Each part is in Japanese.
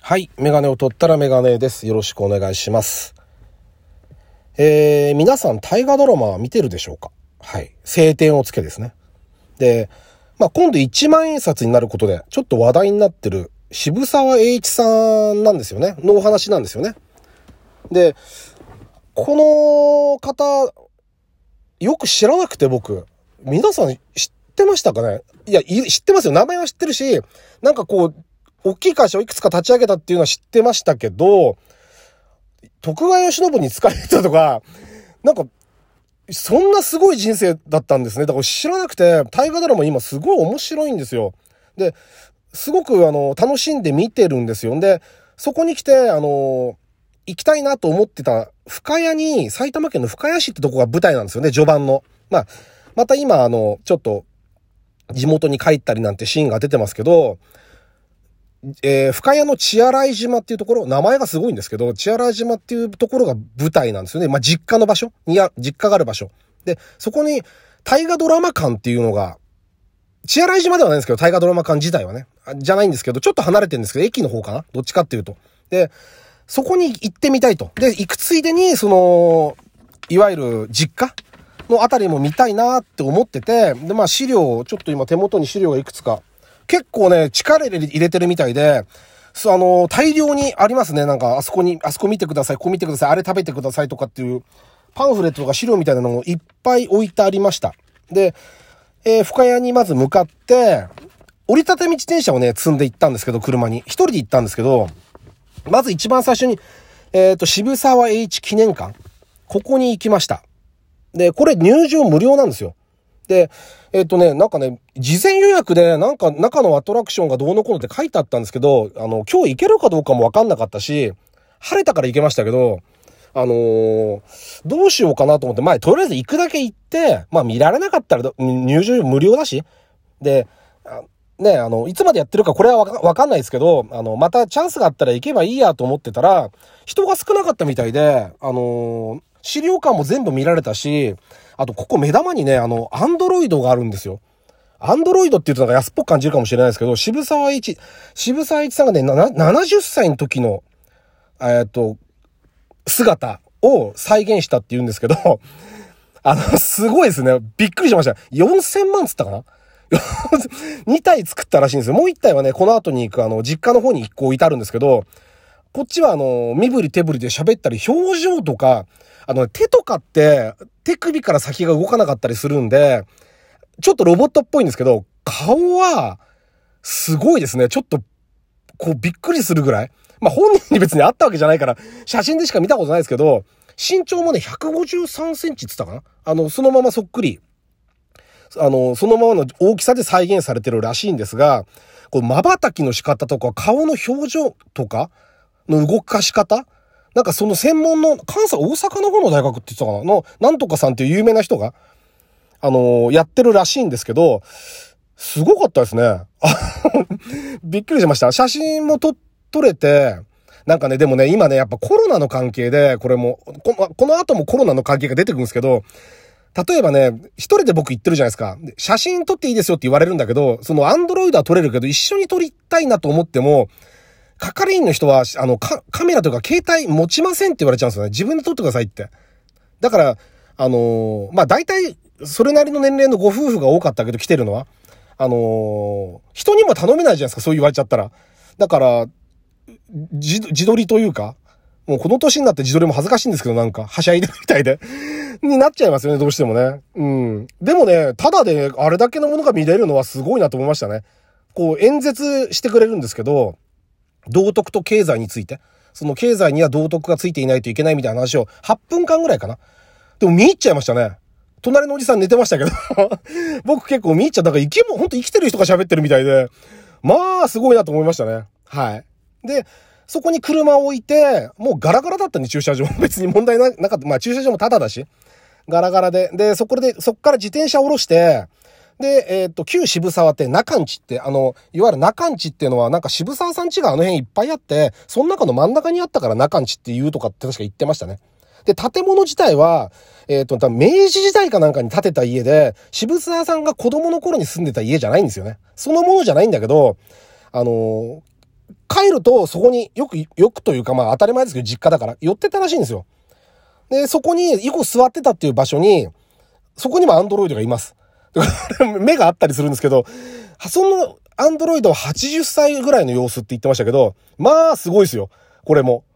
はい。メガネを取ったらメガネです。よろしくお願いします。皆さん大河ドラマ見てるでしょうか？はい。青天を衝けですね。で、今度1万円札になることでちょっと話題になってる渋沢栄一さんなんですよね。のお話なんですよね。で、この方、よく知らなくて僕、皆さん知ってましたかね？いや、知ってますよ。名前は知ってるし、なんかこう、大きい会社をいくつか立ち上げたっていうのは知ってましたけど、徳川慶喜に仕えたとか、なんか、そんなすごい人生だったんですね。だから知らなくて、大河ドラマ今すごい面白いんですよ。で、すごく楽しんで見てるんですよ。で、そこに来て、行きたいなと思ってた深谷に、埼玉県の深谷市ってとこが舞台なんですよね、序盤の。また今ちょっと、地元に帰ったりなんてシーンが出てますけど、深谷の血洗島っていうところ、名前がすごいんですけど、血洗島っていうところが舞台なんですよね。実家の場所に、実家がある場所。で、そこに大河ドラマ館っていうのが、血洗島ではないんですけど、大河ドラマ館自体はね。じゃないんですけど、ちょっと離れてるんですけど、駅の方かな？どっちかっていうと。で、そこに行ってみたいと。で、行くついでに、いわゆる実家のあたりも見たいなって思ってて、で、資料、ちょっと今手元に資料がいくつか、結構ね、力入れてるみたいで、大量にありますね。なんか、あそこ見てください、ここ見てください、あれ食べてくださいとかっていう、パンフレットとか資料みたいなのもいっぱい置いてありました。で、深谷にまず向かって、折りたたみ自転車をね、積んで行ったんですけど、車に。一人で行ったんですけど、まず一番最初に、渋沢栄一記念館。ここに行きました。で、これ入場無料なんですよ。で、なんかね、事前予約でなんか中のアトラクションがどうのこうのって書いてあったんですけど、今日行けるかどうかもわかんなかったし、晴れたから行けましたけど、どうしようかなと思って、とりあえず行くだけ行って、見られなかったら入場無料だし、で、いつまでやってるかこれはわかんないですけど、またチャンスがあったら行けばいいやと思ってたら、人が少なかったみたいで、資料館も全部見られたし、あとここ目玉にね、アンドロイドがあるんですよ。アンドロイドって言うとなんか安っぽく感じるかもしれないですけど、渋沢栄一さんがね、70歳の時の、姿を再現したって言うんですけど、すごいですね。びっくりしました。4000万つったかな2体作ったらしいんですよ。もう1体はね、この後に行く実家の方に1個置いてあるんですけど、こっちは身振り手振りで喋ったり、表情とか、手とかって、手首から先が動かなかったりするんで、ちょっとロボットっぽいんですけど、顔は、すごいですね。ちょっと、こう、びっくりするぐらい。本人に別にあったわけじゃないから、写真でしか見たことないですけど、身長もね、153センチって言ったかな？そのままそっくり、そのままの大きさで再現されてるらしいんですが、こう、瞬きの仕方とか、顔の表情とかの動かし方、なんかその専門の、大阪の方の大学って言ってたかなの、なんとかさんっていう有名な人が、やってるらしいんですけど、すごかったですね。びっくりしました。写真も撮れて、なんかね、でもね、今ね、やっぱコロナの関係で、これも、この後もコロナの関係が出てくるんですけど、例えばね、一人で僕行ってるじゃないですか。写真撮っていいですよって言われるんだけど、そのアンドロイドは撮れるけど、一緒に撮りたいなと思っても、係員の人は、カメラとか携帯持ちませんって言われちゃうんですよね。自分で撮ってくださいって。だから、大体、それなりの年齢のご夫婦が多かったけど来てるのは、人にも頼めないじゃないですか、そう言われちゃったら。だから、自撮りというか、もうこの年になって自撮りも恥ずかしいんですけど、なんか、はしゃいでるみたいで、になっちゃいますよね、どうしてもね。うん。でもね、ただであれだけのものが見れるのはすごいなと思いましたね。こう、演説してくれるんですけど、道徳と経済について。その経済には道徳がついていないといけないみたいな話を8分間ぐらいかな。でも見入っちゃいましたね。隣のおじさん寝てましたけど。僕結構見入っちゃった。本当生きてる人が喋ってるみたいで。すごいなと思いましたね。はい。で、そこに車を置いて、もうガラガラだったんで駐車場。別に問題なかった。駐車場もタダだし。ガラガラで。で、そこから自転車を下ろして、で、旧渋沢って中んちって、いわゆる中んちっていうのはなんか渋沢さん家が辺いっぱいあって、その中の真ん中にあったから中んちって言うとかって確か言ってましたね。で、建物自体は、多分明治時代かなんかに建てた家で、渋沢さんが子供の頃に住んでた家じゃないんですよね。そのものじゃないんだけど、 帰るとそこによくというかまあ当たり前ですけど実家だから寄ってたらしいんですよ。で、そこによく座ってたっていう場所に、そこにもアンドロイドがいます。目があったりするんですけど、そのアンドロイドは80歳ぐらいの様子って言ってましたけど、まあすごいですよ。これも。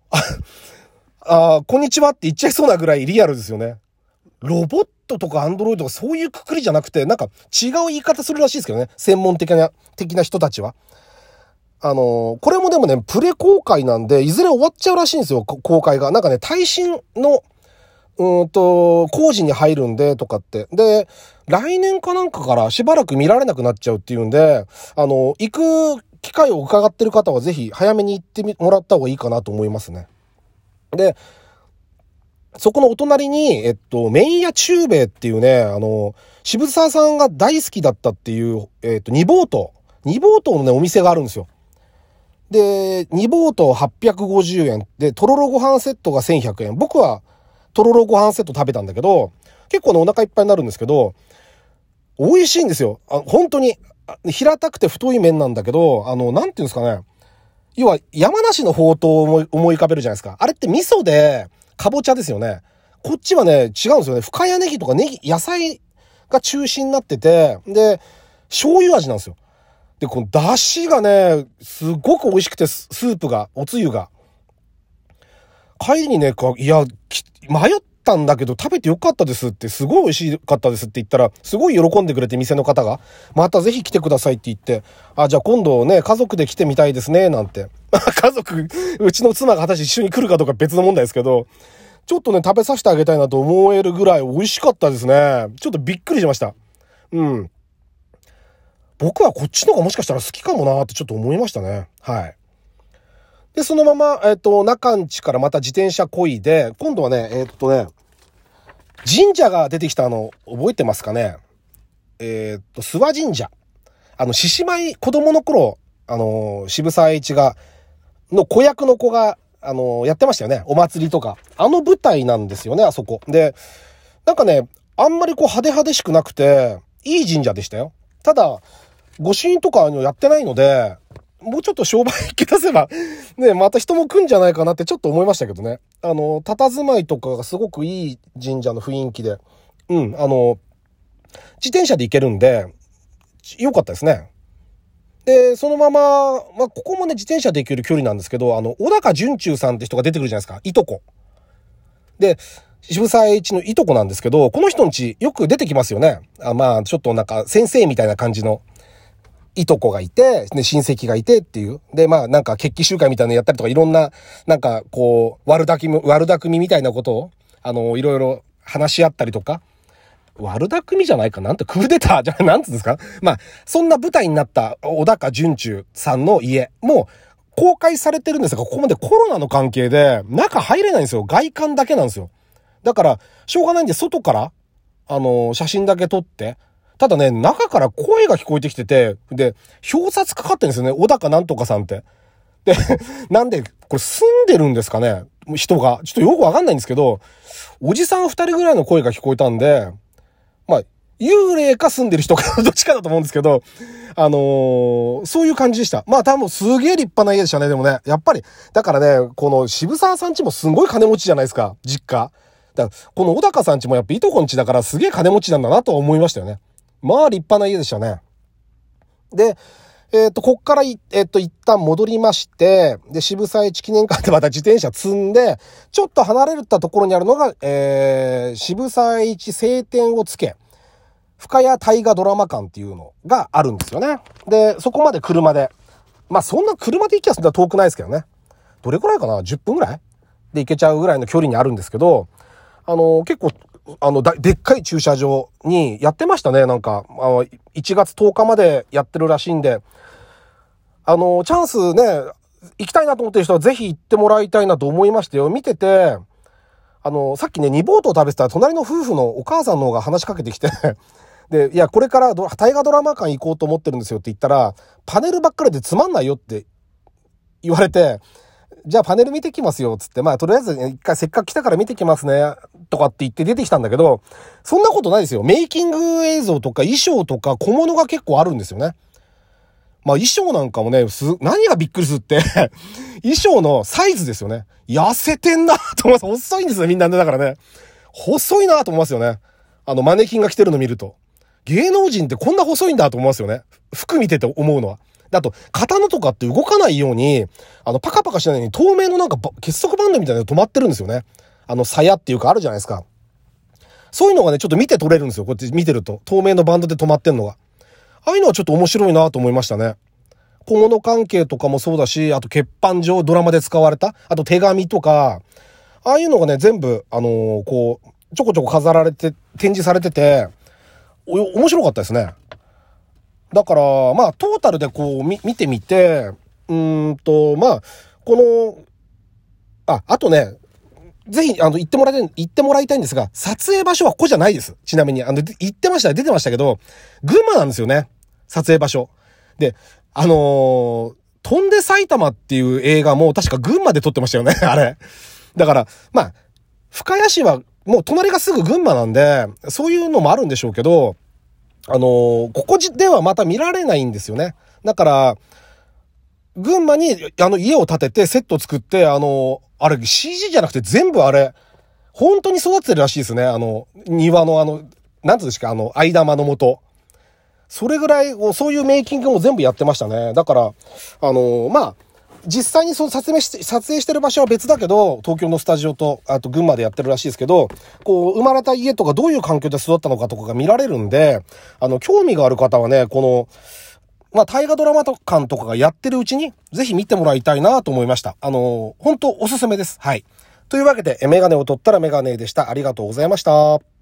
こんにちはって言っちゃいそうなぐらいリアルですよね。ロボットとかアンドロイドがそういうくくりじゃなくて、なんか違う言い方するらしいですけどね。専門的な人たちは。これもでもね、プレ公開なんで、いずれ終わっちゃうらしいんですよ、公開が。なんかね、耐震の、工事に入るんで、とかって。で、来年かなんかからしばらく見られなくなっちゃうっていうんで、行く機会を伺ってる方はぜひ早めに行ってもらった方がいいかなと思いますね。で、そこのお隣に、麺屋中兵衛っていうね、渋沢さんが大好きだったっていう、二宝刀のね、お店があるんですよ。で、二宝刀850円で、とろろご飯セットが1100円。僕は、とろろご飯セット食べたんだけど、結構ね、お腹いっぱいになるんですけど、美味しいんですよ。本当に、平たくて太い麺なんだけど、なんていうんですかね。要は、山梨のほうとうを思い浮かべるじゃないですか。あれって味噌で、かぼちゃですよね。こっちはね、違うんですよね。深谷ネギとか野菜が中心になってて、で、醤油味なんですよ。で、この出汁がね、すごく美味しくて、スープが、おつゆが。帰りにね、迷ったんだけど食べてよかったですって、すごい美味しかったですって言ったら、すごい喜んでくれて店の方が、またぜひ来てくださいって言って、じゃあ今度ね、家族で来てみたいですね、なんて。家族、うちの妻が果たして一緒に来るかどうか別の問題ですけど、ちょっとね、食べさせてあげたいなと思えるぐらい美味しかったですね。ちょっとびっくりしました。うん。僕はこっちの方がもしかしたら好きかもなーってちょっと思いましたね。はい。で、そのまま、中んちからまた自転車漕いで、今度はね、神社が出てきた覚えてますかね？諏訪神社。獅子舞、子供の頃、渋沢栄一の子役の子が、やってましたよね。お祭りとか。舞台なんですよね、あそこ。で、なんかね、あんまり派手派手しくなくて、いい神社でしたよ。ただ、御朱印とかやってないので、もうちょっと商売行け出せば、ね、また人も来んじゃないかなってちょっと思いましたけどね。佇まいとかがすごくいい神社の雰囲気で、自転車で行けるんで、良かったですね。で、そのまま、ここもね、自転車で行ける距離なんですけど、小高純中さんって人が出てくるじゃないですか。いとこ。で、渋沢栄一のいとこなんですけど、この人んちよく出てきますよね。ちょっとなんか先生みたいな感じのいとこがいて、ね、親戚がいてっていう。で、なんか決起集会みたいなのやったりとか、いろんな、なんか悪巧みみたいなことを、いろいろ話し合ったりとか、悪巧みじゃないかなんてクーデターじゃない、なんつうんですか？そんな舞台になった小高純中さんの家も公開されてるんですが、ここまでコロナの関係で中入れないんですよ。外観だけなんですよ。だから、しょうがないんで外から、写真だけ撮って、ただね、中から声が聞こえてきてて、で、表札かかってるんですよね。小高なんとかさんって。で、なんで、これ住んでるんですかね？人が。ちょっとよくわかんないんですけど、おじさん2人ぐらいの声が聞こえたんで、幽霊か住んでる人かどっちかだと思うんですけど、そういう感じでした。多分すげえ立派な家でしたね、でもね。やっぱり、だからね、この渋沢さん家もすごい金持ちじゃないですか、実家。だからこの小高さん家もやっぱいとこん家だからすげえ金持ちなんだなと思いましたよね。立派な家でしたね。で、こっから一旦戻りまして、で、渋沢栄一記念館でまた自転車積んで、ちょっと離れたところにあるのが、渋沢栄一青天をつけ、深谷大河ドラマ館っていうのがあるんですよね。で、そこまで車で。そんな車で行きゃそんな遠くないですけどね。どれくらいかな？ 10 分ぐらいで行けちゃうぐらいの距離にあるんですけど、結構、でっかい駐車場にやってましたね。なんか、1月10日までやってるらしいんで、チャンスね、行きたいなと思ってる人はぜひ行ってもらいたいなと思いましたよ。見てて、さっきね、煮ぼうとう食べてた隣の夫婦のお母さんの方が話しかけてきて、で、いや、これから大河ドラマ館行こうと思ってるんですよって言ったら、パネルばっかりでつまんないよって言われて、じゃあパネル見てきますよ、つって、とりあえず一回せっかく来たから見てきますね、とかって言って出てきたんだけど、そんなことないですよ。メイキング映像とか衣装とか小物が結構あるんですよね。 まあ衣装なんかもね、何がびっくりするって衣装のサイズですよね。痩せてんなと思います。細いんですよ、みんなね。だからね。細いなと思いますよね。マネキンが着てるの見ると。芸能人ってこんな細いんだと思いますよね。服見てて思うのは。あと、刀とかって動かないように、パカパカしないように透明のなんか結束バンドみたいなの止まってるんですよね。鞘っていうかあるじゃないですか。そういうのがね、ちょっと見て取れるんですよ。こうやって見てると。透明のバンドで止まってんのが。ああいうのはちょっと面白いなと思いましたね。小物関係とかもそうだし、あと欠板状ドラマで使われた、あと手紙とか、ああいうのがね、全部、こう、ちょこちょこ飾られて、展示されてて、面白かったですね。だから、まあ、トータルでこう、見てみて、まあ、あとね、ぜひ、行ってもらいたいんですが、撮影場所はここじゃないです。ちなみに、出てましたけど、群馬なんですよね。撮影場所。で、飛んで埼玉っていう映画も確か群馬で撮ってましたよね、あれ。だから、まあ、深谷市はもう隣がすぐ群馬なんで、そういうのもあるんでしょうけど、ここではまた見られないんですよね。だから、群馬に、家を建ててセット作って、あれ CG じゃなくて全部あれ、本当に育ててるらしいですね。庭のなんていうんですか、相玉の元。それぐらい、そういうメイキングも全部やってましたね。だから、まあ、実際にその撮影してる場所は別だけど、東京のスタジオと、あと群馬でやってるらしいですけど、こう、生まれた家とかどういう環境で育ったのかとかが見られるんで、興味がある方はね、まあ、大河ドラマ館とかがやってるうちに、ぜひ見てもらいたいなと思いました。本当おすすめです。はい。というわけで、メガネを取ったらメガネでした。ありがとうございました。